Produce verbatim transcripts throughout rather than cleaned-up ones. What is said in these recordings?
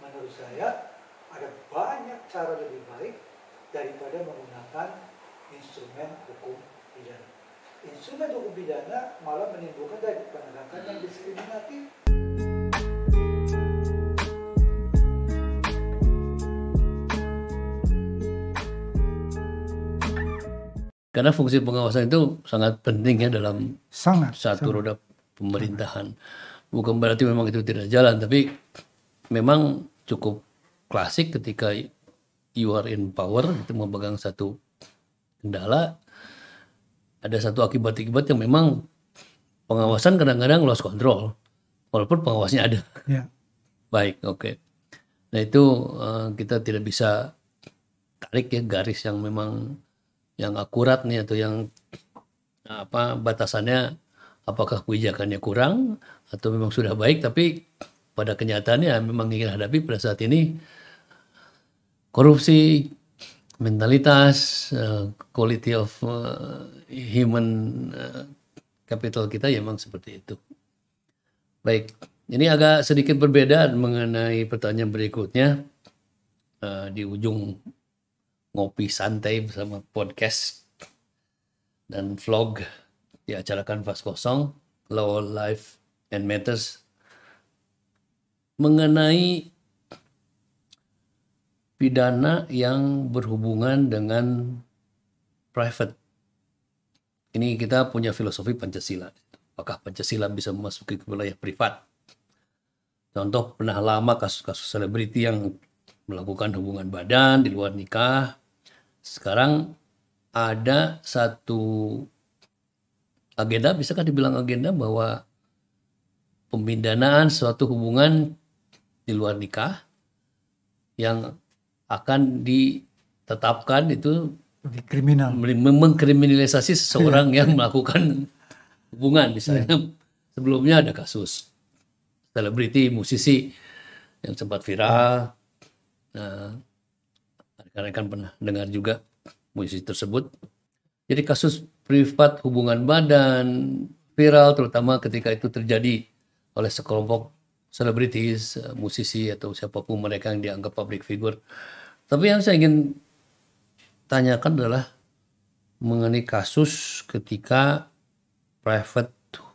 menurut saya ada banyak cara lebih baik daripada menggunakan instrumen hukum pidana. Instrumen hukum pidana malah menimbulkan dari penegakan yang diskriminatif. Karena fungsi pengawasan itu sangat penting ya dalam sangat, satu sangat. roda pemerintahan. Bukan berarti memang itu tidak jalan, tapi memang cukup klasik ketika you are in power, itu memegang satu kendala, ada satu akibat-akibat yang memang pengawasan kadang-kadang lost control, walaupun pengawasnya ada. Ya. Baik, oke. Okay. Nah itu uh, kita tidak bisa tarik ya garis yang memang yang akurat nih atau yang apa batasannya, apakah kebijakannya kurang atau memang sudah baik, tapi pada kenyataannya memang ingin hadapi pada saat ini korupsi, mentalitas, uh, quality of uh, human uh, capital kita ya memang seperti itu. Baik, ini agak sedikit berbeda mengenai pertanyaan berikutnya. Uh, di ujung ngopi santai bersama podcast dan vlog di acara Kanvas Kosong, Law, Life and Matters, mengenai pidana yang berhubungan dengan private. Ini kita punya filosofi Pancasila. Apakah Pancasila bisa memasuki ke wilayah privat? Contoh, pernah lama kasus-kasus selebriti yang melakukan hubungan badan di luar nikah. Sekarang ada satu agenda, bisakah dibilang agenda, bahwa pemindanaan suatu hubungan di luar nikah yang akan ditetapkan itu kriminal, mengkriminalisasi seseorang yang melakukan hubungan. Misalnya sebelumnya ada kasus selebriti, musisi yang sempat viral. Nah, rekan-rekan pernah dengar juga musisi tersebut. Jadi kasus privat hubungan badan viral, terutama ketika itu terjadi oleh sekelompok selebritis, musisi atau siapapun mereka yang dianggap public figure. Tapi yang saya ingin tanyakan adalah mengenai kasus ketika private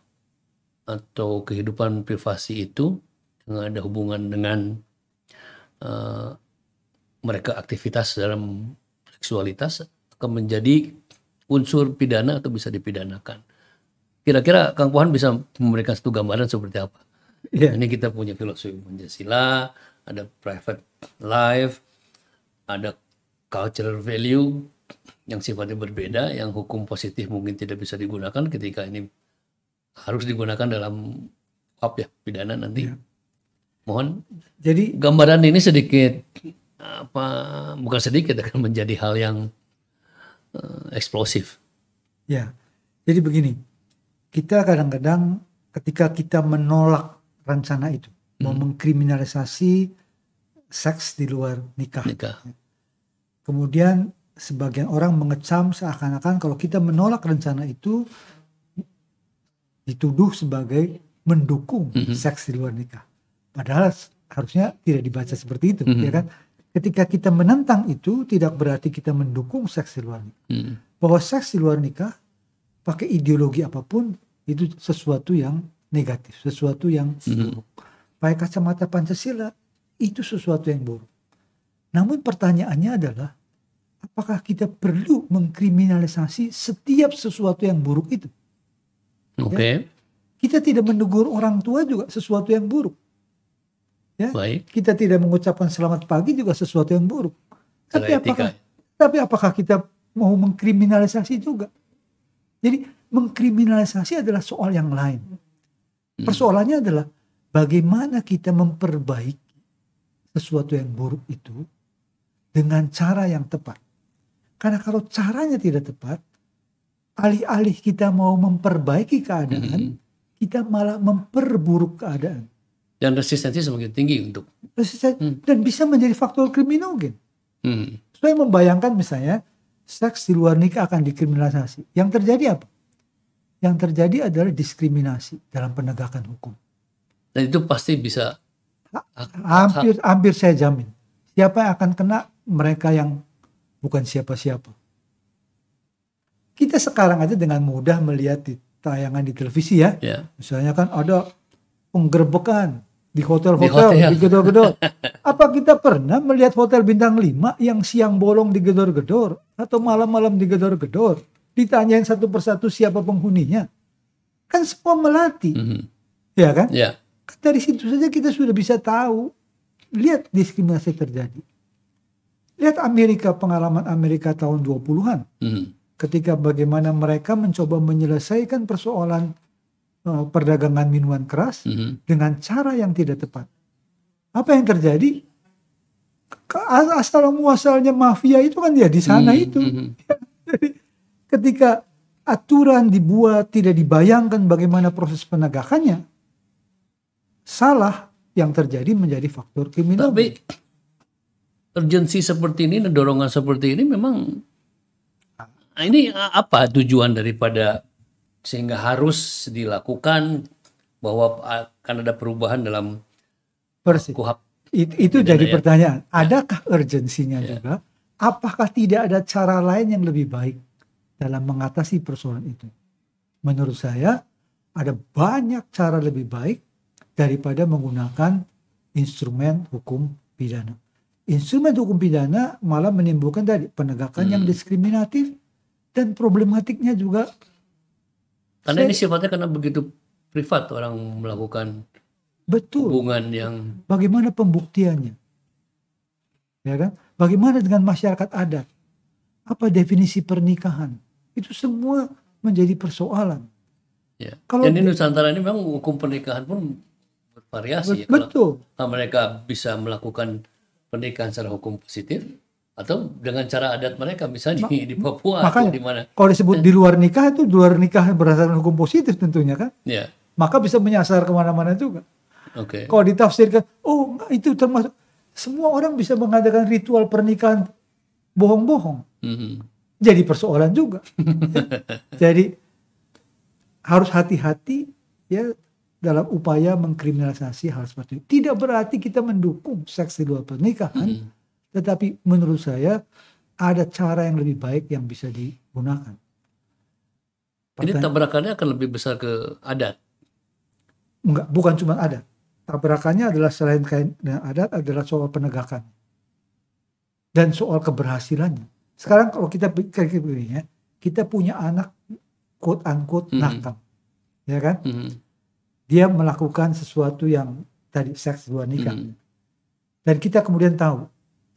atau kehidupan privasi itu yang ada hubungan dengan uh, mereka aktivitas dalam seksualitas akan menjadi unsur pidana atau bisa dipidanakan. Kira-kira Kang Pohan bisa memberikan satu gambaran seperti apa? Yeah. Ini kita punya filosofi Pancasila, ada private life, ada cultural value yang sifatnya berbeda, yang hukum positif mungkin tidak bisa digunakan ketika ini harus digunakan dalam K U H P ya, pidana nanti. Yeah. Mohon. Jadi gambaran ini sedikit apa bukan sedikit akan menjadi hal yang uh, eksplosif. Ya, jadi begini, kita kadang-kadang ketika kita menolak rencana itu, hmm. mau mengkriminalisasi seks di luar nikah, nikah. Kemudian sebagian orang mengecam seakan-akan kalau kita menolak rencana itu dituduh sebagai mendukung hmm. seks di luar nikah. Padahal harusnya tidak dibaca seperti itu, hmm. ya kan? Ketika kita menentang itu tidak berarti kita mendukung seks di luar nikah. Hmm. Bahwa seks di luar nikah pakai ideologi apapun itu sesuatu yang negatif, sesuatu yang buruk. Hmm. Pakai kacamata Pancasila itu sesuatu yang buruk. Namun pertanyaannya adalah apakah kita perlu mengkriminalisasi setiap sesuatu yang buruk itu? Oke. Okay. Ya? Kita tidak menegur orang tua juga sesuatu yang buruk. Ya, baik. Kita tidak mengucapkan selamat pagi juga sesuatu yang buruk. Tapi apakah, tapi apakah kita mau mengkriminalisasi juga? Jadi mengkriminalisasi adalah soal yang lain. Persoalannya adalah bagaimana kita memperbaiki sesuatu yang buruk itu dengan cara yang tepat. Karena kalau caranya tidak tepat, alih-alih kita mau memperbaiki keadaan, hmm. kita malah memperburuk keadaan. Dan resistensi semakin tinggi untuk resistensi hmm. dan bisa menjadi faktor kriminogen. Hmm. Saya membayangkan misalnya seks di luar nikah akan dikriminalisasi. Yang terjadi apa? Yang terjadi adalah diskriminasi dalam penegakan hukum. Dan itu pasti bisa Hampir hampir saya jamin. Siapa yang akan kena? Mereka yang bukan siapa-siapa. Kita sekarang aja dengan mudah melihat di tayangan di televisi ya. Yeah. Misalnya kan ada penggerbekan di hotel-hotel, Di hotel. di gedor-gedor. Apa kita pernah melihat hotel bintang lima yang siang bolong digedor-gedor atau malam-malam digedor-gedor? Ditanyain satu persatu siapa penghuninya. Kan semua melati. Mm-hmm. Ya kan? Yeah. Dari situ saja kita sudah bisa tahu. Lihat diskriminasi terjadi. Lihat Amerika, pengalaman Amerika tahun dua puluhan. Mm-hmm. Ketika bagaimana mereka mencoba menyelesaikan persoalan uh, perdagangan minuman keras mm-hmm. dengan cara yang tidak tepat. Apa yang terjadi? Asal muasalnya mafia itu kan ya di sana mm-hmm. itu. Jadi ketika aturan dibuat tidak dibayangkan bagaimana proses penegakannya, salah yang terjadi menjadi faktor kriminal. Tapi urgensi seperti ini, dorongan seperti ini memang ini apa tujuan daripada sehingga harus dilakukan bahwa akan ada perubahan dalam Persis. kuhap? It, itu Bidana jadi ya. pertanyaan. Adakah urgensinya Ya. juga? Apakah tidak ada cara lain yang lebih baik dalam mengatasi persoalan itu? Menurut saya ada banyak cara lebih baik daripada menggunakan instrumen hukum pidana. Instrumen hukum pidana malah menimbulkan tadi penegakan Hmm. yang diskriminatif dan problematiknya juga. Karena Saya- ini sifatnya karena begitu privat orang melakukan Betul. hubungan yang Bagaimana pembuktiannya? Ya kan? Bagaimana dengan masyarakat adat? Apa definisi pernikahan? Itu semua menjadi persoalan. ya. Kalau Dan di di- Nusantara ini memang hukum pernikahan pun bervariasi. ya. Kalau Betul. kalau mereka bisa melakukan pernikahan secara hukum positif atau dengan cara adat mereka misalnya di, di Papua atau Makanya di mana. kalau disebut di luar nikah itu di luar nikah berdasarkan hukum positif tentunya kan. Ya. Maka bisa menyasar kemana-mana juga. Oke. Kalau ditafsirkan, oh enggak, itu termasuk semua orang bisa mengadakan ritual pernikahan bohong-bohong. Mhm. Jadi persoalan juga. Jadi harus hati-hati ya dalam upaya mengkriminalisasi hal seperti itu. Tidak berarti kita mendukung seks di luar pernikahan, Mhm. tetapi menurut saya ada cara yang lebih baik yang bisa digunakan. Ini Pertanya- tabrakannya akan lebih besar ke adat. Enggak, bukan cuma adat. Tabrakannya adalah selain kain dengan adat adalah soal penegakan dan soal keberhasilannya. Sekarang kalau kita pikir begini ya, kita punya anak quote unquote Mhm. nakal, ya kan? Mhm. Dia melakukan sesuatu yang tadi seks di luar nikah, Mhm. dan kita kemudian tahu,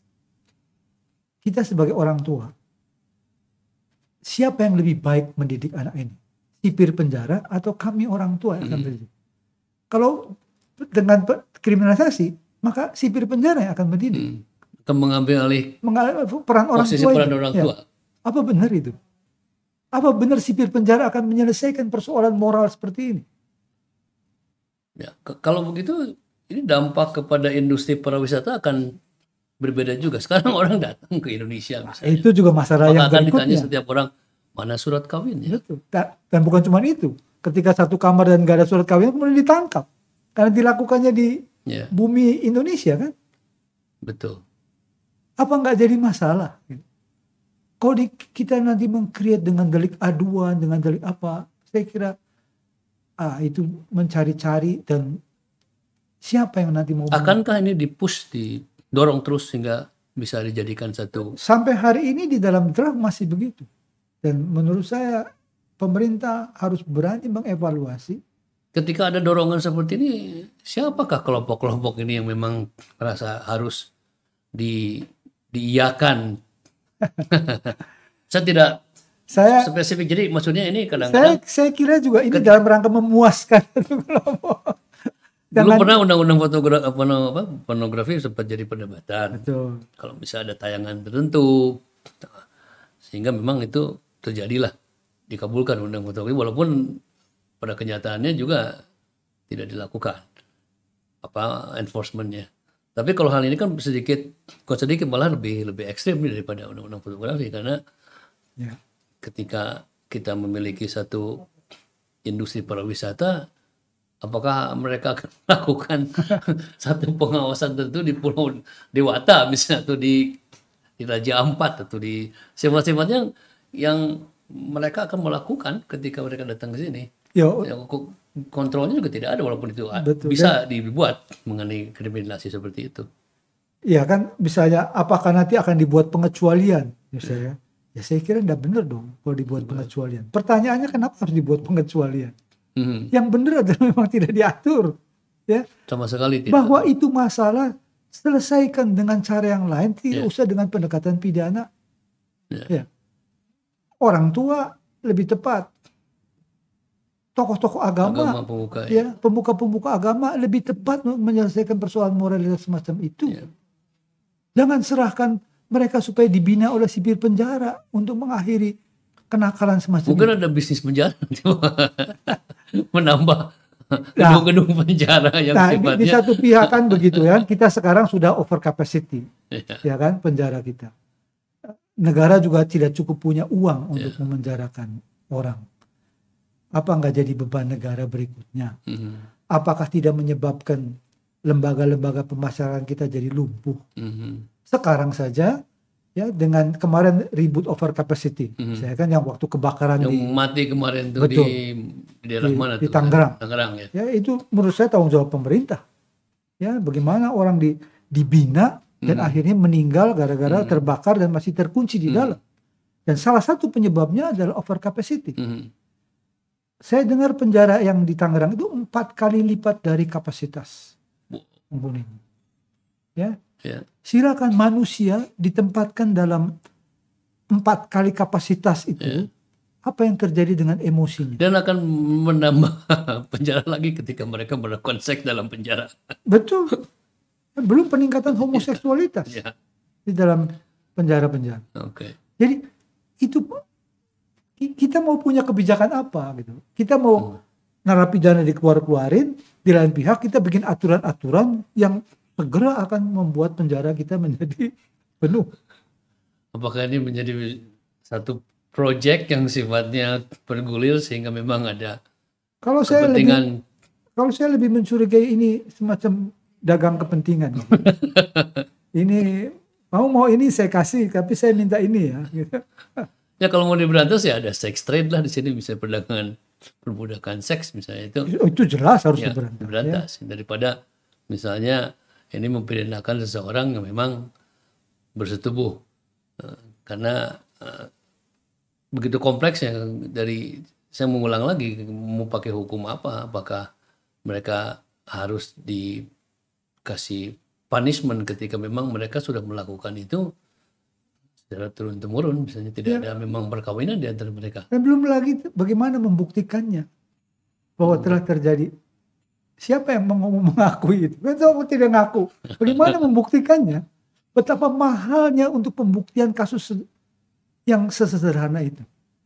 kita sebagai orang tua, siapa yang lebih baik mendidik anak ini? Sipir penjara atau kami orang tua yang akan Mhm. mendidik? Kalau dengan pe- kriminalisasi, maka sipir penjara yang akan mendidik. Mhm. Akan mengambil alih Mengalami peran orang posisi tua. peran ini. orang Ya. tua. Apa benar itu? Apa benar sipir penjara akan menyelesaikan persoalan moral seperti ini? Ya, ke- kalau begitu ini dampak kepada industri pariwisata akan berbeda juga. Sekarang orang datang ke Indonesia misalnya. Itu juga masalah Maka yang akan ditanya berikutnya. setiap orang mana surat kawinnya. Betul. Ta- Dan bukan cuma itu. Ketika satu kamar dan gak ada surat kawin, kemudian ditangkap. Karena dilakukannya di Ya, bumi Indonesia kan. betul. Apa nggak jadi masalah? Kalau di, kita nanti meng-create dengan delik aduan, dengan delik apa, saya kira ah itu mencari-cari dan siapa yang nanti mau Akankah ini dipush, didorong terus sehingga bisa dijadikan satu sampai hari ini di dalam draft masih begitu. Dan menurut saya pemerintah harus berani mengevaluasi. ketika ada dorongan seperti ini, siapakah kelompok-kelompok ini yang memang merasa harus di diiyakan? Saya tidak Saya spesifik, jadi maksudnya ini saya kadang-kadang saya kira juga ini dalam rangka memuaskan satu kelompok. dulu Jangan- pernah undang-undang fotografi apa, apa, pornografi sempat jadi perdebatan. Betul. Kalau bisa ada tayangan tertentu, sehingga memang itu terjadilah, dikabulkan undang fotografi, walaupun pada kenyataannya juga tidak dilakukan apa enforcementnya. Tapi kalau hal ini kan sedikit, kok sedikit malah lebih lebih ekstrim nih daripada undang-undang fotografi, karena Ya. ketika kita memiliki satu industri pariwisata, apakah mereka akan melakukan satu pengawasan tertentu di Pulau Dewata misalnya, atau di di Raja Ampat, atau di sifat-sifat yang yang mereka akan melakukan ketika mereka datang ke sini. Yo, Ya, ko- kontrolnya juga tidak ada, walaupun itu a- betul. bisa dibuat mengenai kriminalisasi seperti itu. Ya kan, misalnya apakah nanti akan dibuat pengecualian misalnya? Ya saya kira tidak benar dong kalau dibuat pengecualian. Pertanyaannya kenapa harus dibuat pengecualian? Hmm, Yang benar adalah memang tidak diatur, ya. sama sekali tidak. Bahwa itu masalah selesaikan dengan cara yang lain, tidak Ya. usah dengan pendekatan pidana. Ya. Ya. Orang tua lebih tepat, tokoh-tokoh agama, Agama pemuka, ya. ya, pemuka-pemuka agama lebih tepat untuk menyelesaikan persoalan moralitas semacam itu. Ya. Jangan serahkan mereka supaya dibina oleh sipir penjara untuk mengakhiri kenakalan semacam Mungkin itu. ada bisnis penjara menambah Nah, gedung-gedung penjara yang Nah, di, di sifatnya satu pihak kan begitu ya, kita sekarang sudah over capacity, ya, ya kan, penjara kita. Negara juga tidak cukup punya uang untuk Ya. memenjarakan orang. Apa nggak jadi beban negara berikutnya? Mhm, Apakah tidak menyebabkan lembaga-lembaga pemasyarakatan kita jadi lumpuh? mhm, Sekarang saja, ya, dengan kemarin ribut over capacity, Mhm. saya kan yang waktu kebakaran yang di, mati kemarin tuh Betul. di di daerah Di- mana di tuh? Tangerang. Tangerang ya. ya itu menurut saya tanggung jawab pemerintah. Ya, bagaimana orang di, dibina dan Mhm. akhirnya meninggal gara-gara Mhm. terbakar dan masih terkunci di Mhm. dalam. Dan salah satu penyebabnya adalah over capacity. Mhm, Saya dengar penjara yang di Tangerang itu empat kali lipat dari kapasitas Bu- penghuni. Ya, ya. silakan manusia ditempatkan dalam empat kali kapasitas itu, Ya. apa yang terjadi dengan emosinya? Dan akan menambah penjara lagi ketika mereka melakukan seks dalam penjara. Betul. Belum peningkatan homoseksualitas Ya, di dalam penjara-penjara. oke. Jadi itu ki- kita mau punya kebijakan apa gitu? Kita mau narapidana dikeluar-keluarin, di lain pihak kita bikin aturan-aturan yang segera akan membuat penjara kita menjadi penuh. Apakah ini menjadi satu proyek yang sifatnya bergulir sehingga memang ada Kalau saya lebih kepentingan kalau saya lebih mencurigai ini semacam dagang kepentingan. Ini mau mau ini saya kasih, tapi saya minta ini ya. Gitu. ya kalau mau diberantas ya ada sex trade lah di sini, bisa perdagangan perbudakan seks misalnya, itu Itu jelas harus ya diberantas. Ya. diberantas daripada misalnya ini mempidanakan seseorang yang memang bersetubuh. Eh, karena eh, begitu kompleksnya dari saya mengulang lagi, mau pakai hukum apa, apakah mereka harus dikasih punishment ketika memang mereka sudah melakukan itu secara turun temurun, misalnya tidak ada memang perkawinan di antara mereka. Dan belum lagi bagaimana membuktikannya bahwa telah terjadi. Siapa yang meng- mengakui itu? Kan saya tidak ngaku. Bagaimana membuktikannya? Betapa mahalnya untuk pembuktian kasus se- yang sesederhana itu.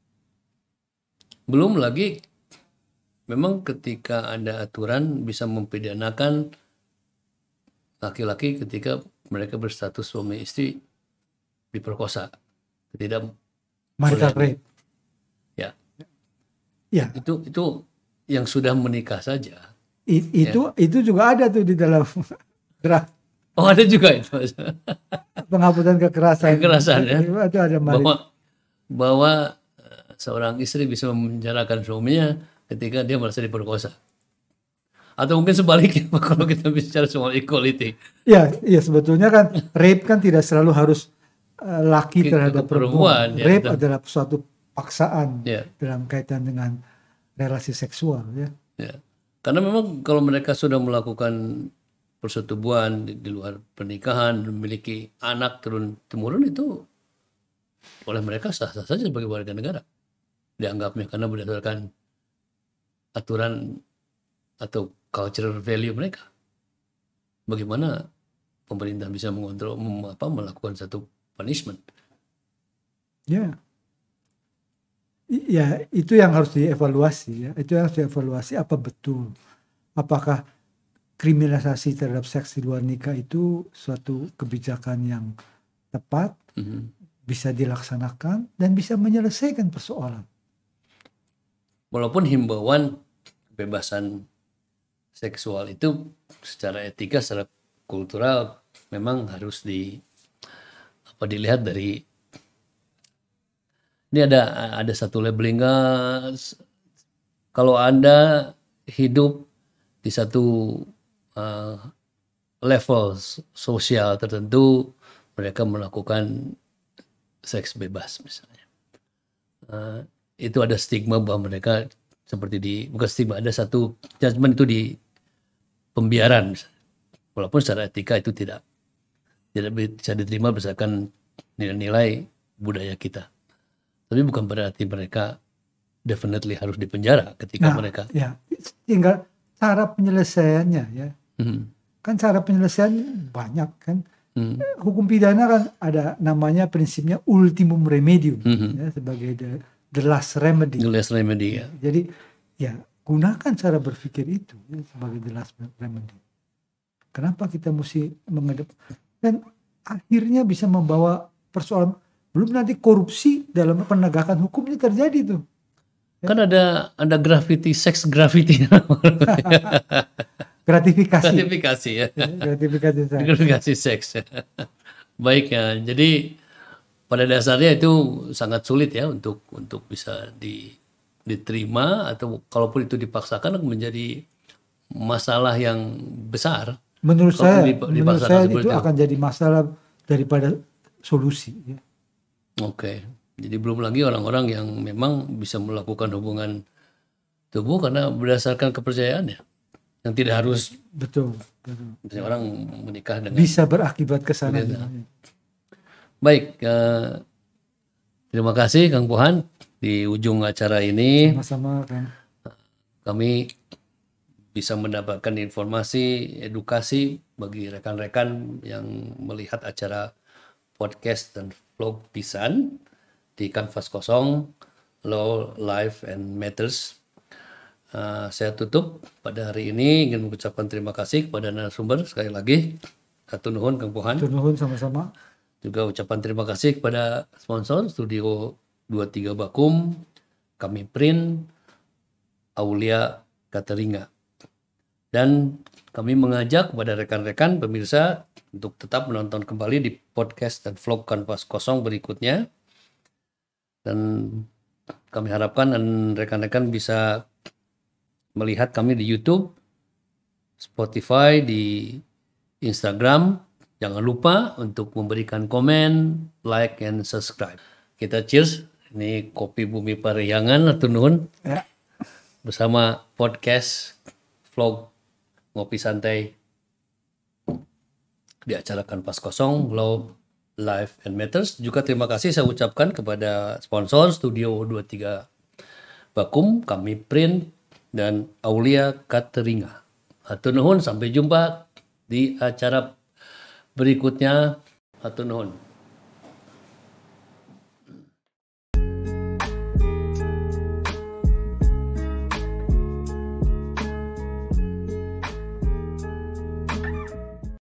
Belum lagi memang ketika ada aturan bisa mempidanakan laki-laki ketika mereka berstatus suami istri diperkosa, tidak Marital boleh. rape. Ya, Ya, itu itu yang sudah menikah saja. i- itu itu juga ada tuh di dalam draft Oh, ada juga itu penghapusan kekerasan. Kekerasan, ya. Itu ada marital. bahwa bahwa eh, seorang istri bisa memenjarakan suaminya ketika dia merasa diperkosa. Atau mungkin sebaliknya kalau kita bicara soal equality. Ya, ya sebetulnya kan rape kan tidak selalu harus uh, laki Ke- terhadap ke perempuan, perempuan. ya, Rape betul. adalah suatu paksaan Ya. dalam kaitan dengan relasi seksual ya. Ya. Karena memang kalau mereka sudah melakukan persetubuhan di, di luar pernikahan, memiliki anak turun temurun, itu oleh mereka sah-sah saja sebagai warga negara dianggapnya, karena berdasarkan aturan atau cultural value mereka. Bagaimana pemerintah bisa mengontrol, mem- apa, melakukan satu punishment? Ya. I- Ya, itu yang harus dievaluasi ya. Itu yang harus dievaluasi apa betul. Apakah kriminalisasi terhadap seks di luar nikah itu suatu kebijakan yang tepat, Mhm. bisa dilaksanakan dan bisa menyelesaikan persoalan. Walaupun himbauan kebebasan seksual itu secara etika, secara kultural memang harus di apa dilihat dari ini ada ada satu labeling uh, kalau Anda hidup di satu uh, level sosial tertentu, mereka melakukan seks bebas misalnya. Uh, itu ada stigma bahwa mereka seperti di, bukan stigma, ada satu judgement itu di pembiaran misalnya. Walaupun secara etika itu tidak tidak bisa diterima berdasarkan nilai-nilai budaya kita. Tapi bukan berarti mereka definitely harus dipenjara ketika nah, mereka. Ya, tinggal cara penyelesaiannya ya. Hmm. Kan cara penyelesaian banyak kan. Hmm. Hukum pidana kan ada namanya prinsipnya ultimum remedium Hmm. ya, sebagai the, the last remedy. The last remedy ya. Jadi ya gunakan cara berpikir itu ya, sebagai the last remedy. Kenapa kita mesti menghadap dan akhirnya bisa membawa persoalan, belum nanti korupsi dalam penegakan hukumnya terjadi tuh. Kan ada ada graffiti, seks graffiti. Gratifikasi. Gratifikasi ya. Gratifikasi seks. Gratifikasi seks. Baik ya. Jadi pada dasarnya itu sangat sulit ya untuk untuk bisa di, diterima, atau kalaupun itu dipaksakan menjadi masalah yang besar. Menurut Kalau saya, dip- menurut dipaksakan saya seperti itu akan jadi masalah daripada solusi. Ya. Oke, jadi belum lagi orang-orang yang memang bisa melakukan hubungan tubuh karena berdasarkan kepercayaannya, yang tidak harus. Betul. betul. Misalnya orang menikah dengan. Bisa berakibat ke sana. Baik, eh, terima kasih Kang Pohan di ujung acara ini. Sama-sama kan. Kami bisa mendapatkan informasi, edukasi bagi rekan-rekan yang melihat acara podcast dan vlog Pisan di Kanvas Kosong, Law, Life, and Matters. Uh, saya tutup pada hari ini, ingin mengucapkan terima kasih kepada narasumber sekali lagi. Hatur nuhun Kang Pohan. Hatur nuhun sama-sama. Juga ucapan terima kasih kepada sponsor Studio dua puluh tiga Bakum, kami Print, Aulia Cateringa. Dan kami mengajak kepada rekan-rekan pemirsa untuk tetap menonton kembali di podcast dan vlog Kanvas Kosong berikutnya. Dan kami harapkan dan rekan-rekan bisa melihat kami di YouTube, Spotify, di Instagram. Jangan lupa untuk memberikan komen, like, and subscribe. Kita cheers. Ini Kopi Bumi Parahyangan, atur nuhun. Ya. Bersama podcast vlog Ngopi Santai di acara Kanvas Kosong, Law, Life, and Matters. Juga terima kasih saya ucapkan kepada sponsor Studio dua puluh tiga Bakum, kami Print, dan Aulia Cateringa. Hatur nuhun, sampai jumpa di acara berikutnya. Hatur nuhun.